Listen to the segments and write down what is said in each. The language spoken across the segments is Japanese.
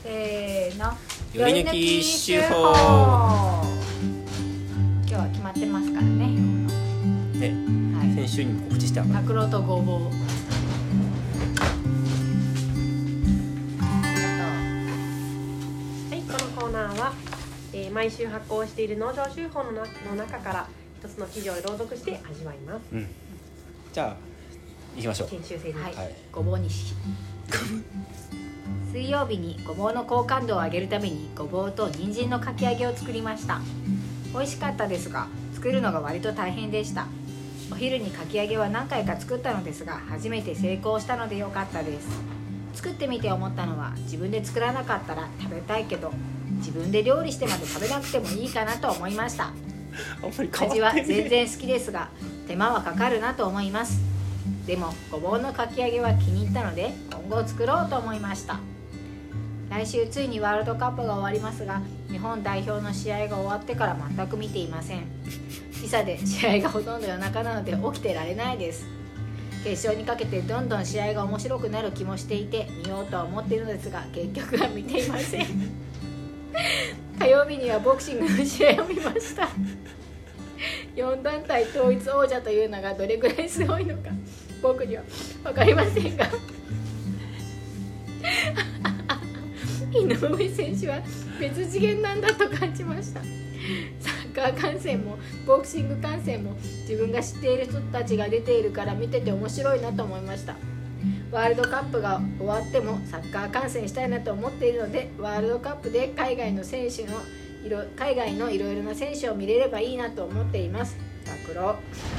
せーの、 より抜き手法。 今日は決まってますからね。 ね、はい、先週にも告知した拓郎とごぼう。 はい、このコーナーは、毎週発行している農場手法の中から一つの記事を朗読して味わいます。 うん、じゃあ行きましょう。 研修生に、 はい、ごぼうにし水曜日にごぼうの好感度を上げるためにごぼうと人参のかき揚げを作りました。美味しかったですが作るのが割と大変でした。お昼にかき揚げは何回か作ったのですが初めて成功したので良かったです。作ってみて思ったのは自分で作らなかったら食べたいけど自分で料理してまで食べなくてもいいかなと思いました。味は全然好きですが手間はかかるなと思います。でもごぼうのかき揚げは気に入ったので今後作ろうと思いました。来週ついにワールドカップが終わりますが日本代表の試合が終わってから全く見ていません。時差で試合がほとんど夜中なので起きてられないです。決勝にかけてどんどん試合が面白くなる気もしていて見ようとは思っているのですが結局は見ていません。火曜日にはボクシングの試合を見ました。4団体統一王者というのがどれぐらいすごいのか僕には分かりませんが井上選手は別次元なんだと感じました。サッカー観戦もボクシング観戦も自分が知っている人たちが出ているから見てて面白いなと思いました。ワールドカップが終わってもサッカー観戦したいなと思っているのでワールドカップで海外のいろいろな選手を見れればいいなと思っています。拓郎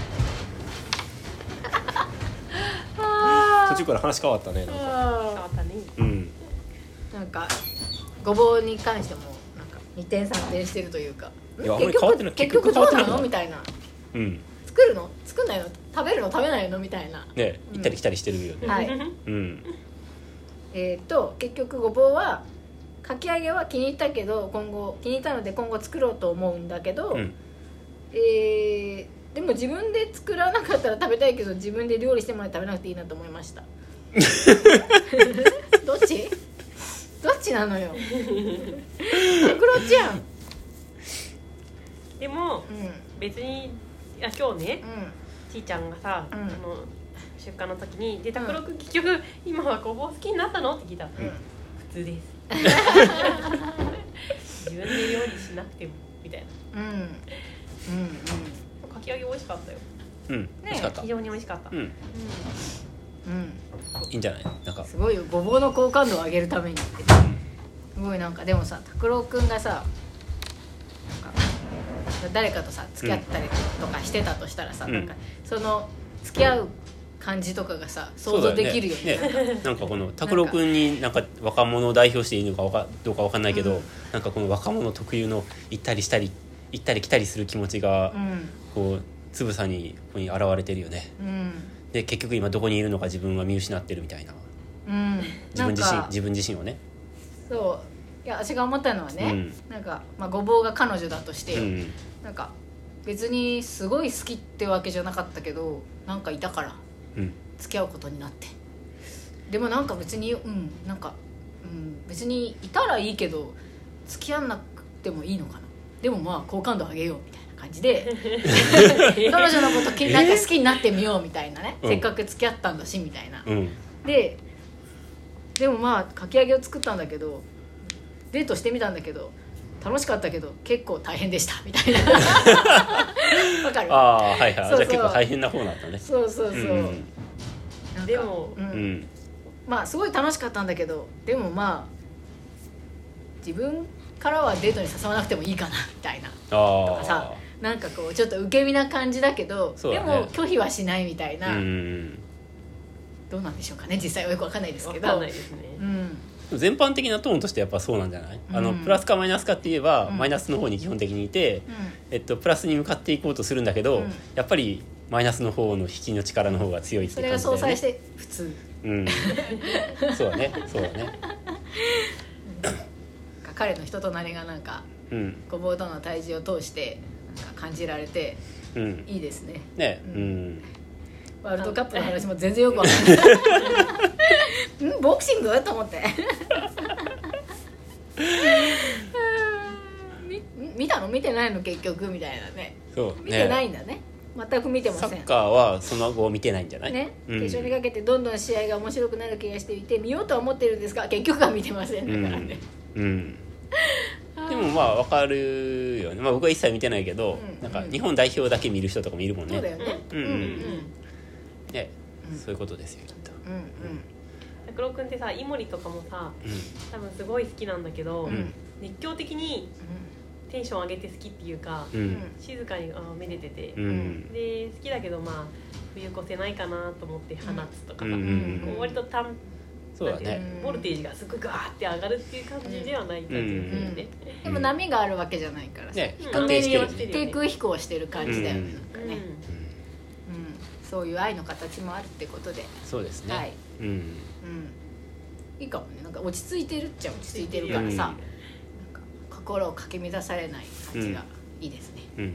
途中から話変わったね。 変わったね。 うん。 なんかごぼうに関してもなんか2点3点してるというかいやあんまり変わってない。 結局どうなのみたいな。 うん。 作るの作んないの食べるの食べないのみたいなね、行ったり来たりしてるよね。 はい。 うん。 結局ごぼうはかき揚げは気に入ったけど気に入ったので今後作ろうと思うんだけど、でも自分で作らなかったら食べたいけど自分で料理してもらって食べなくていいなと思いました。どっちなのよ。拓郎ちゃん。 でも、別に今日ね、ちーちゃんがさ、出荷の時にで拓郎くん結局今はごぼう好きになったのって聞いたら、普通です。自分で料理しなくてもみたいな。かき揚げ美味しかったよ。 美味しかった。 非常に美味しかった。 いいんじゃない？なんかすごいよごぼうの好感度を上げるためにって。すごいなんかでもさ拓郎くんがさなんか誰かとさ付き合ったりとかしてたとしたらさ、なんかその付き合う感じとかがさ想像できるよね。 なんかこの拓郎くんになんか若者を代表していいのかどうかわかんないけど、なんかこの若者特有の行ったり来たりする気持ちがこうつぶさにここに現れてるよね。で結局今どこにいるのか自分は見失ってるみたいな。自分自身をね。 そういや私が思ったのはね、なんかごぼうが彼女だとしてよ、なんか別にすごい好きってわけじゃなかったけどなんかいたから付き合うことになって、でもなんか別に別にいたらいいけど付き合わなくてもいいのかな、でも好感度上げようみたいな感じで彼女のことなんか好きになってみようみたいなね、せっかく付き合ったんだしみたいな、でもかき揚げを作ったんだけどデートしてみたんだけど楽しかったけど結構大変でしたみたいな。わかる？ はい。じゃあ結構大変な方だったね。 そう、 でもすごい楽しかったんだけどでも自分からはデートに誘わなくてもいいかなみたいなとかさ、なんかこうちょっと受け身な感じだけどでも拒否はしないみたいな、どうなんでしょうかね実際はよくわかんないですけど。 わかんないですね。 全般的なトーンとしてやっぱそうなんじゃない？プラスかマイナスかって言えば、マイナスの方に基本的にいて、プラスに向かっていこうとするんだけど、やっぱりマイナスの方の引きの力の方が強いっていう感じだよね。 それが相殺して普通。 そうだね。 彼の人となりがなんか、ごぼうとの対峙を通してなんか感じられて、いいですね。ワールドカップの話も全然よくわかんない。ボクシングと思って見てないの結局みたいなね。 そうね、 見てないんだね。全く見てません。 サッカーはその後見てないんじゃないね、 うん、 決勝にかけてどんどん試合が面白くなる気がしていて見ようとは思ってるんですが結局は見てませんだからね、 うん、うんでもまあ分かるよね、まあ、僕は一切見てないけど、なんか日本代表だけ見る人とかもいるもんね。 そうだよね。 うんうんうん、ね、そういうことですよきっと。 うんうん。 拓郎くんってさ、井森とかもさ、多分すごい好きなんだけど、熱狂的にテンション上げて好きっていうか、静かにめでてて、で好きだけどまあ冬越せないかなと思って放つとかさ、こう割とそうだね、 ボルテージがすごくガーって上がるっていう感じではない感じですよね。 でも波があるわけじゃないからさ、低めに低空飛行してる感じだよね。なんかね、そういう愛の形もあるってことで。 そうですね。 はい。いいかもね。なんか落ち着いてるっちゃ落ち着いてるからさ、なんか心をかき乱されない感じがいいですね。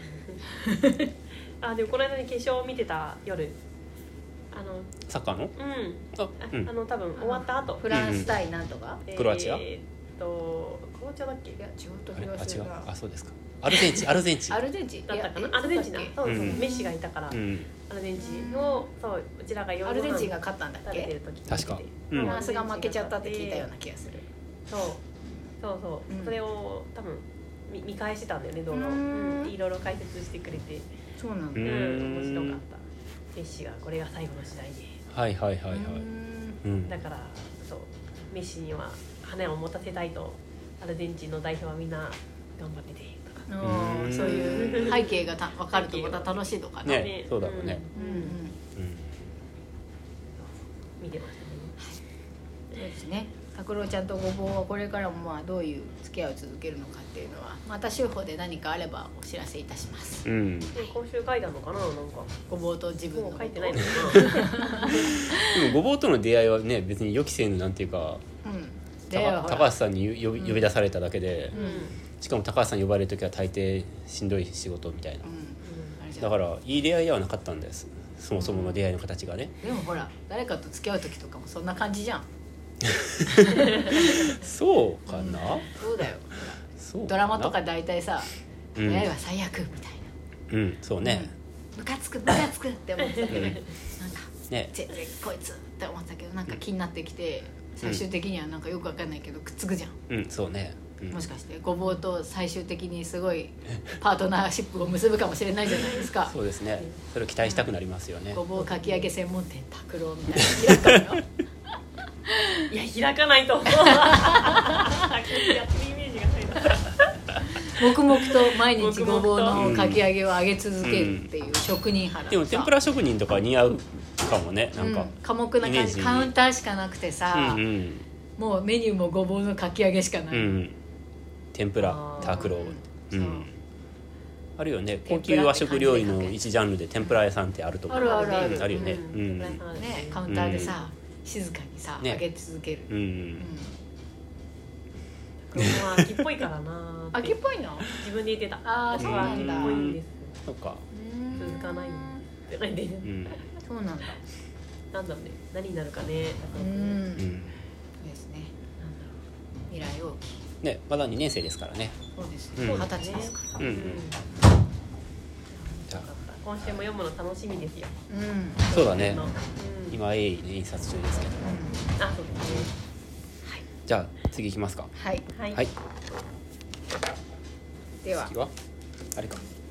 あ、でもこの間に決勝を見てた夜。 サッカーの？ 多分終わった後。 フランス対なんとか？ クロアチア？ クロアチアだっけ？いや違うと気がするな。 あ、そうですか。アルゼンチンだったかな。アルゼンチンだ。そうそう、メッシがいたから。アルゼンチンをそううちらがアルゼンチンが勝ったんだっけ？ 確か。 フランスが負けちゃったって聞いたような気がする。 そうそれを多分見返してたんだよね、動画を。いろいろ解説してくれて。 そうなんだ。 面白かった。メッシがこれが最後の時代で。 はいはいはいはい。 だからそうメッシには羽を持たせたいとアルゼンチンの代表はみんな頑張っててとか。 そういう背景が分かるとまた楽しいのかな。 ね、そうだろうね。 見てましたね。 そうですね。拓郎ちゃんとごぼうはこれからもまあどういう付き合いを続けるのかっていうのはまた週報で何かあればお知らせいたします。 今週書いたのかな、なんかごぼうと自分の書いてないのかな。 でもごぼうとの出会いはね別に予期せぬなんていうか、高橋さんに呼び出されただけで、しかも高橋さん呼ばれる時は大抵しんどい仕事みたいな、だからいい出会いではなかったんです、そもそもの出会いの形がね。 でもほら誰かと付き合う時とかもそんな感じじゃん。 そうかな、 そうだよ。ドラマとか大体さ出会いは最悪みたいな。 そうね、 ムカつくって思ってたけどなんかね、 全然こいつって思ってたけどなんか気になってきて最終的にはなんかよくわかんないけどくっつくじゃん。 そうね。 もしかしてごぼうと最終的にすごいパートナーシップを結ぶかもしれないじゃないですか。 そうですね、それを期待したくなりますよね。 ごぼうかき揚げ専門店拓郎みたいな開くのよ。 いや開かないと思う。やってるイメージがないな。 黙々と毎日ごぼうのかき揚げを揚げ続けるっていう職人肌。 でも天ぷら職人とか似合うかもね、なんか寡黙な感じ。カウンターしかなくてさ、もうメニューもごぼうのかき揚げしかない。 天ぷら拓郎、あるよね。高級和食料理の一ジャンルで天ぷら屋さんってあると思う。 あるあるよね。 カウンターでさ静かにさ揚げ続ける。 秋っぽいからな。 秋っぽいの？ 自分で言ってた。 ああそうなんだ。 秋っぽいんです。 そうか。 続かないって書いて。 そうなんだ。 なんだろうね。何になるかね。 そうですね。未来大きい。 ね、まだ2年生ですからね。 そうですね。20歳ですから。 じゃあ今週も読むの楽しみですよ。 そうだね。今ね印刷中ですけど。 あ、そうですね。 じゃあ次行きますか。 はい。 はい。 では次はあれか。